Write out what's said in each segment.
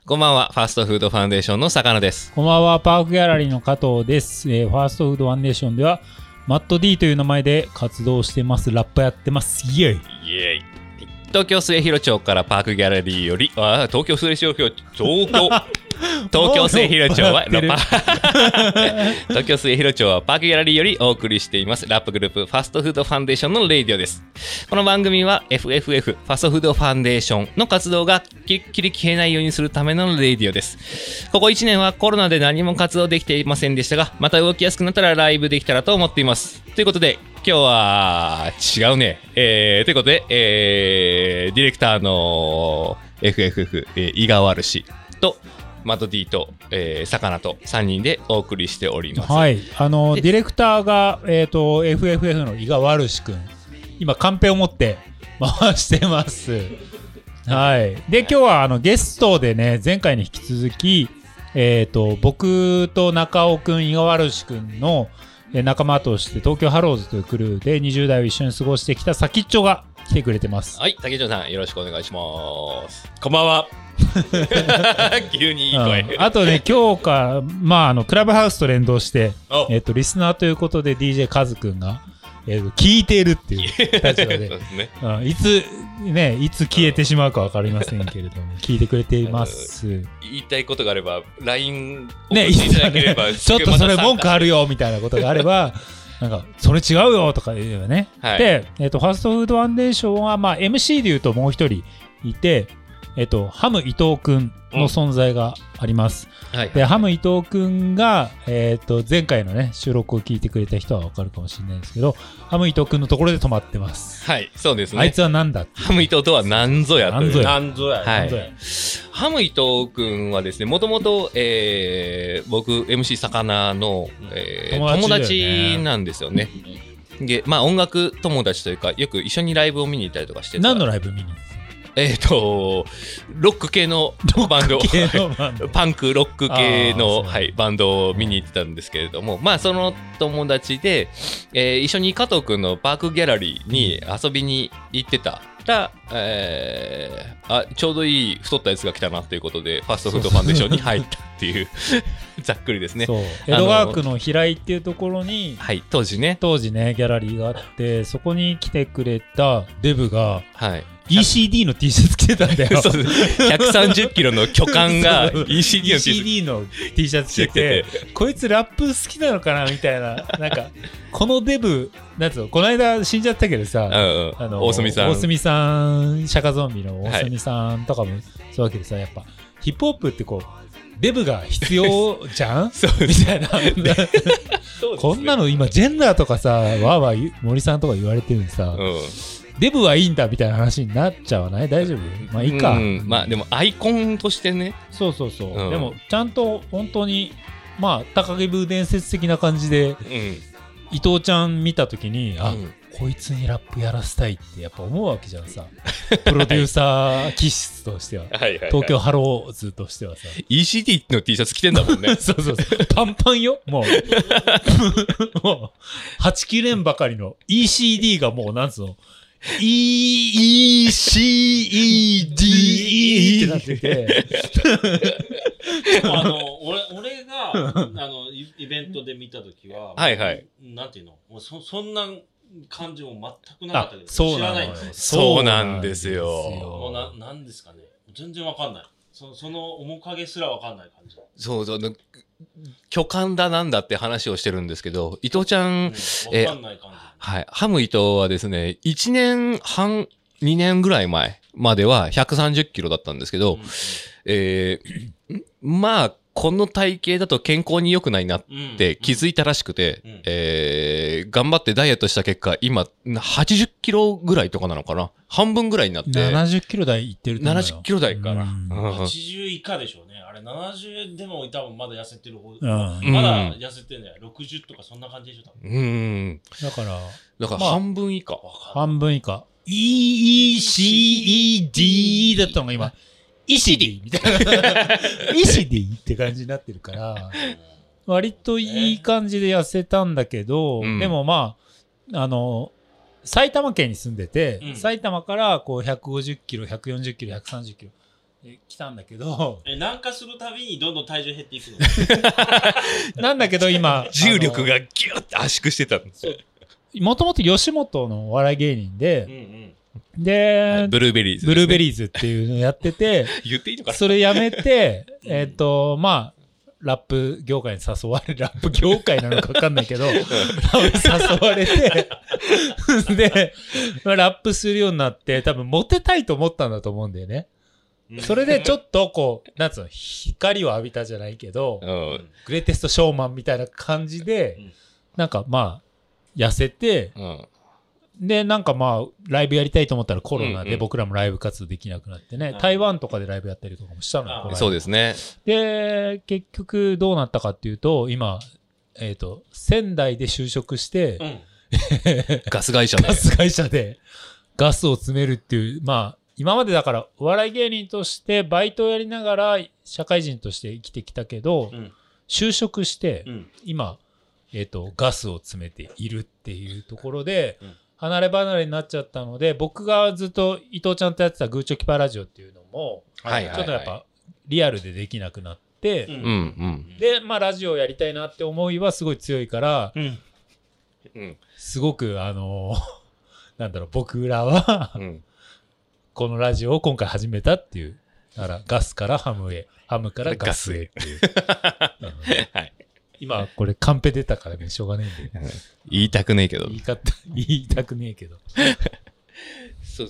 こんばんは、ファーストフードファンデーションの坂野です。 こんばんは、パークギャラリーの加藤です。ファーストフードファンデーションではマット D という名前で活動してます。ラップやってます。イエイイエイ。東京末広町からパークギャラリーより、東京末広町、東京末広町は東京末広町はパークギャラリーよりお送りしていますラップグループファストフードファンデーションのレイディオです。この番組は FFF ファストフードファンデーションの活動がきっきり消えないようにするためのレイディオです。ここ1年はコロナで何も活動できていませんでしたが、また動きやすくなったらライブできたらと思っています。ということで今日は違うね。ということで、ディレクターの FFF、井川るしとマット D と、魚と3人でお送りしております。 はい。ディレクターが、FFF の井川るし君。今、カンペを持って回してます。はい。で、今日はゲストでね、前回に引き続き、僕と中尾君、井川るし君の仲間として東京ハローズというクルーで20代を一緒に過ごしてきた先っちょが来てくれてます。 はい、先っちょさんよろしくお願いします。 こんばんは。 急にいい声、 あとね、今日からクラブハウスと連動してリスナーということで DJ カズくんが聞いているっていう立場でそうですね。 いつ消えてしまうか分かりませんけれども聞いてくれています。 言いたいことがあれば LINE 送ね、 っていただければ、 ちょっとそれ文句あるよみたいなことがあればなんかそれ違うよとか言えばね、 はい、 で、ファストフードファンデーションは、MC でいうともう一人いて、ハム伊藤くんの存在があります。 はい、 でハム伊藤くんが、前回のね収録を聞いてくれた人は分かるかもしれないですけど、ハム伊藤くんのところで止まってます。 はい、そうですね。 あいつはなんだってハム伊藤とは何ぞやという。 何ぞや。 はい。ハム伊藤くんはですね、もともと僕 MC 魚の、友達なんですよね。で、音楽友達というか、よく一緒にライブを見に行ったりとかしてた。 何のライブ見に？ ロック系のバンド、パンクロック系の、バンドを見に行ってたんですけれども、その友達で、一緒に加藤くんのパークギャラリーに遊びに行ってたら、ちょうどいい太ったやつが来たなということでファストフードファンデーションに入ったっていうざっくりですね。 江戸川区の平井っていうところに、 当時ねギャラリーがあって、そこに来てくれたデブが、ECD の T シャツ着てたんだよ。 そうです。130キロの巨漢が ECD の T シャツ着ててこいつラップ好きなのかなみたいな、なんかこのデブなんつうの、この間死んじゃったけどさ、 大隅さんシャカゾンビの大隅さんとかもそうだけどさ、やっぱヒップホップってこうデブが必要じゃんみたいなこんなの今ジェンダーとかさわーわー森さんとか言われてるんでさ、デブはいいんだみたいな話になっちゃわない？大丈夫？いいか。 でもアイコンとしてね。 そう、でもちゃんと本当に高木ブー伝説的な感じで、伊藤ちゃん見た時にこいつにラップやらせたいってやっぱ思うわけじゃんさプロデューサー気質としては東京ハローズとしてはさ ECD の T シャツ着てんだもんね。 そうパンパンよもう8切れんばかりの ECD がもうなんつうのECED ってなってて俺がイベントで見たときは、なんていうの、そんな感じも全くなかったけど、知らないんですね。 そうなんですよ。 もうなんですかね、全然わかんない。その面影すらわかんない感じ。 そう巨漢だなんだって話をしてるんですけど、伊藤ちゃん、 わかんない感じ。 ハム伊藤はですね、1年半、2年ぐらい前までは130キロだったんですけど、この体型だと健康に良くないなって気づいたらしくて、頑張ってダイエットした結果、今80キロぐらいとかなのかな、半分ぐらいになって。 70キロ台いってると思うよ。 70キロ台かな。 80以下でしょうね。あれ70でも多分まだ痩せてる方、まだ痩せてんだよ。60とかそんな感じでしょ、多分。 だから半分以下。 半分以下。ECED だったのが今。イシディみたいなイシディって感じになってるから割といい感じで痩せたんだけど、でも埼玉県に住んでて、埼玉からこう150キロ140キロ130キロ来たんだけど南下するたびにどんどん体重減っていくのなんだけど今重力がギュッて圧縮してたんですよ。 もともと吉本のお笑い芸人で、で、 ブルーベリーズ、 ブルーベリーズっていうのをやってて言っていいのかな。 それやめてまあラップ業界に誘われる、ラップ業界なのか分かんないけど、誘われて、で、ラップするようになって、多分モテたいと思ったんだと思うんだよね。それでちょっとこう、なんつうの、光を浴びたじゃないけど、グレイテストショーマンみたいな感じで、なんかまあ、痩せて、で、なんかまあ、ライブやりたいと思ったらコロナで僕らもライブ活動できなくなってね、台湾とかでライブやったりとかもしたのよ。 そうですね。 で、結局どうなったかっていうと、今、仙台で就職して、 ガス会社で。 ガス会社でガスを詰めるっていう、まあ、今までだからお笑い芸人としてバイトをやりながら社会人として生きてきたけど、就職して、今、ガスを詰めているっていうところで、離れ離れになっちゃったので、僕がずっと伊藤ちゃんとやってたグーチョキパラジオっていうのも、ちょっとやっぱリアルでできなくなって、で、まあラジオやりたいなって思いはすごい強いから、すごくなんだろう、僕らは、このラジオを今回始めたっていう、だからガスからハムへ、ハムからガスへっていう。今これカンペ出たからね、しょうがねえんで。 言いたくねえけど。 言いたくねえけど。 そう。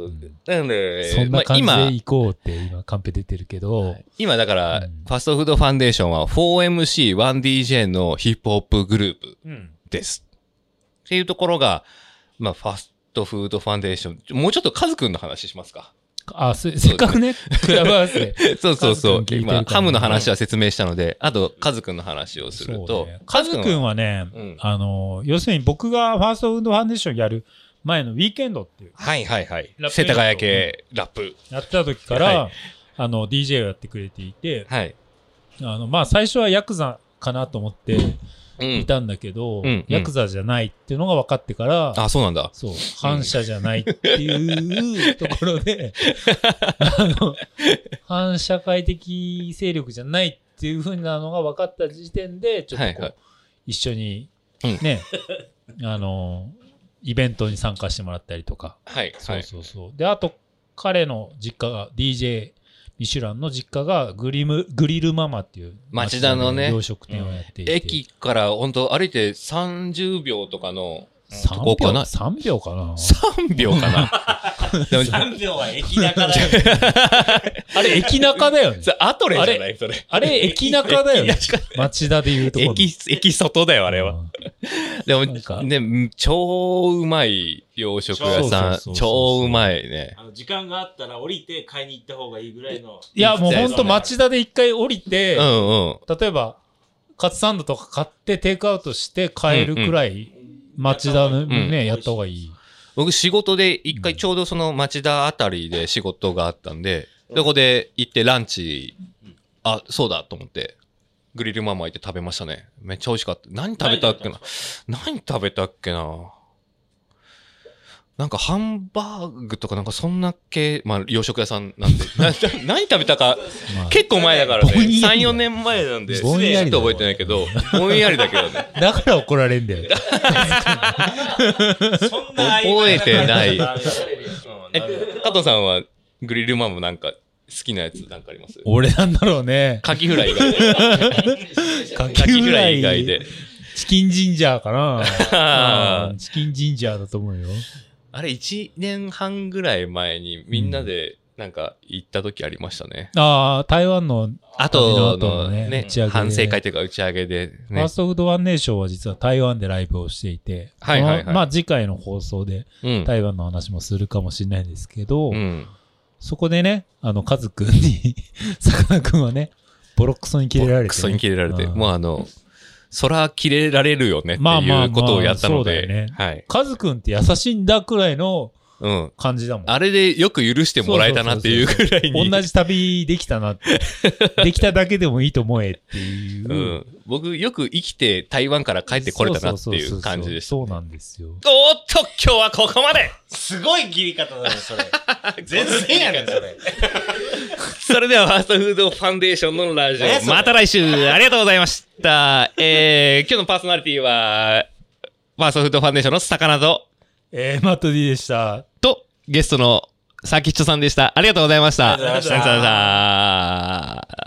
なので、 そんな感じで行こうって今カンペ出てるけど。 今だから、ファストフードファンデーションは 4MC1DJ のヒップホップグループです。っていうところが、まあファストフードファンデーション、もうちょっとカズくんの話しますか。 せっかくね、クラブハウスで。 そう。今、ハムの話は説明したので、あと、カズくんの話をすると。 カズくんはね、要するに僕がファーストフードファンデーションやる前のウィーケンドっていう。 世田谷系ラップ。 やってた時から、DJ をやってくれていて、まあ、最初はヤクザかなと思って、いたんだけど、ヤクザじゃないっていうのが分かってから、 あ、そうなんだ。 そう、反社じゃないっていうところで、反社会的勢力じゃないっていう風なのが分かった時点で、ちょっとこう、一緒にね、イベントに参加してもらったりとか。そう。で、あと、彼の実家が DJ、ミシュランの実家がグリルママっていう町田のね、 洋食店をやっていて、 駅から本当歩いて30秒とかの 3秒かな ?3 秒かな 3秒は駅中だよ。 あれ駅中だよね。 アトレじゃないそれ。 あれ駅中だよね。町田でいうところ。 駅外だよ、あれは。でも、ね、超うまい洋食屋さん。超うまいね。 時間があったら降りて買いに行った方がいいぐらいの。 いや、もうほんと町田で一回降りて、 例えば、カツサンドとか買ってテイクアウトして買えるくらい、町田ね、やった方がいい。 僕仕事で一回ちょうどその町田あたりで仕事があったんで、そこで行ってランチ、あ、そうだと思って、グリルママ行って食べましたね。めっちゃ美味しかった。何食べたっけな。なんかハンバーグとかなんかそんな系、まあ洋食屋さんなんで、何食べたか、結構前だからね、3、4年前なんで、ちょっと覚えてないけど、ぼんやりだけどね。 だから怒られんだよ。 覚えてない。加藤さんはグリルママなんか好きなやつなんかあります？ 俺なんだろうね。 カキフライ以外で。 カキフライ以外で。チキンジンジャーかな。チキンジンジャーだと思うよ。 あれ1年半ぐらい前にみんなでなんか行った時ありましたね。 ああ、台湾の後のね、反省会というか打ち上げで、ね。 ファーストフードファンデーションは実は台湾でライブをしていて、まあ次回の放送で台湾の話もするかもしれないんですけど、そこでね、カズくんに、さかなクンはね、ボロクソにキレられて、ね。ボロクソにキレられて、もうそらキレられるよねっていうことをやったので、 カズくんって優しいんだくらいの感じだもん。 あれでよく許してもらえたなっていうぐらいに。 同じ旅できたなって。できただけでもいいと思えっていう。 僕よく生きて台湾から帰ってこれたなっていう感じでした。 そうなんですよ。 おっと、今日はここまですごい切り方だね、それ。全然やねん、それ。 それではファーストフードファンデーションのラジオ、また来週ありがとうございました。今日のパーソナリティは、ファーストフードファンデーションの魚と、 マット D でした。 と、ゲストのサキッチョさんでした。ありがとうございました。 ありがとうございました。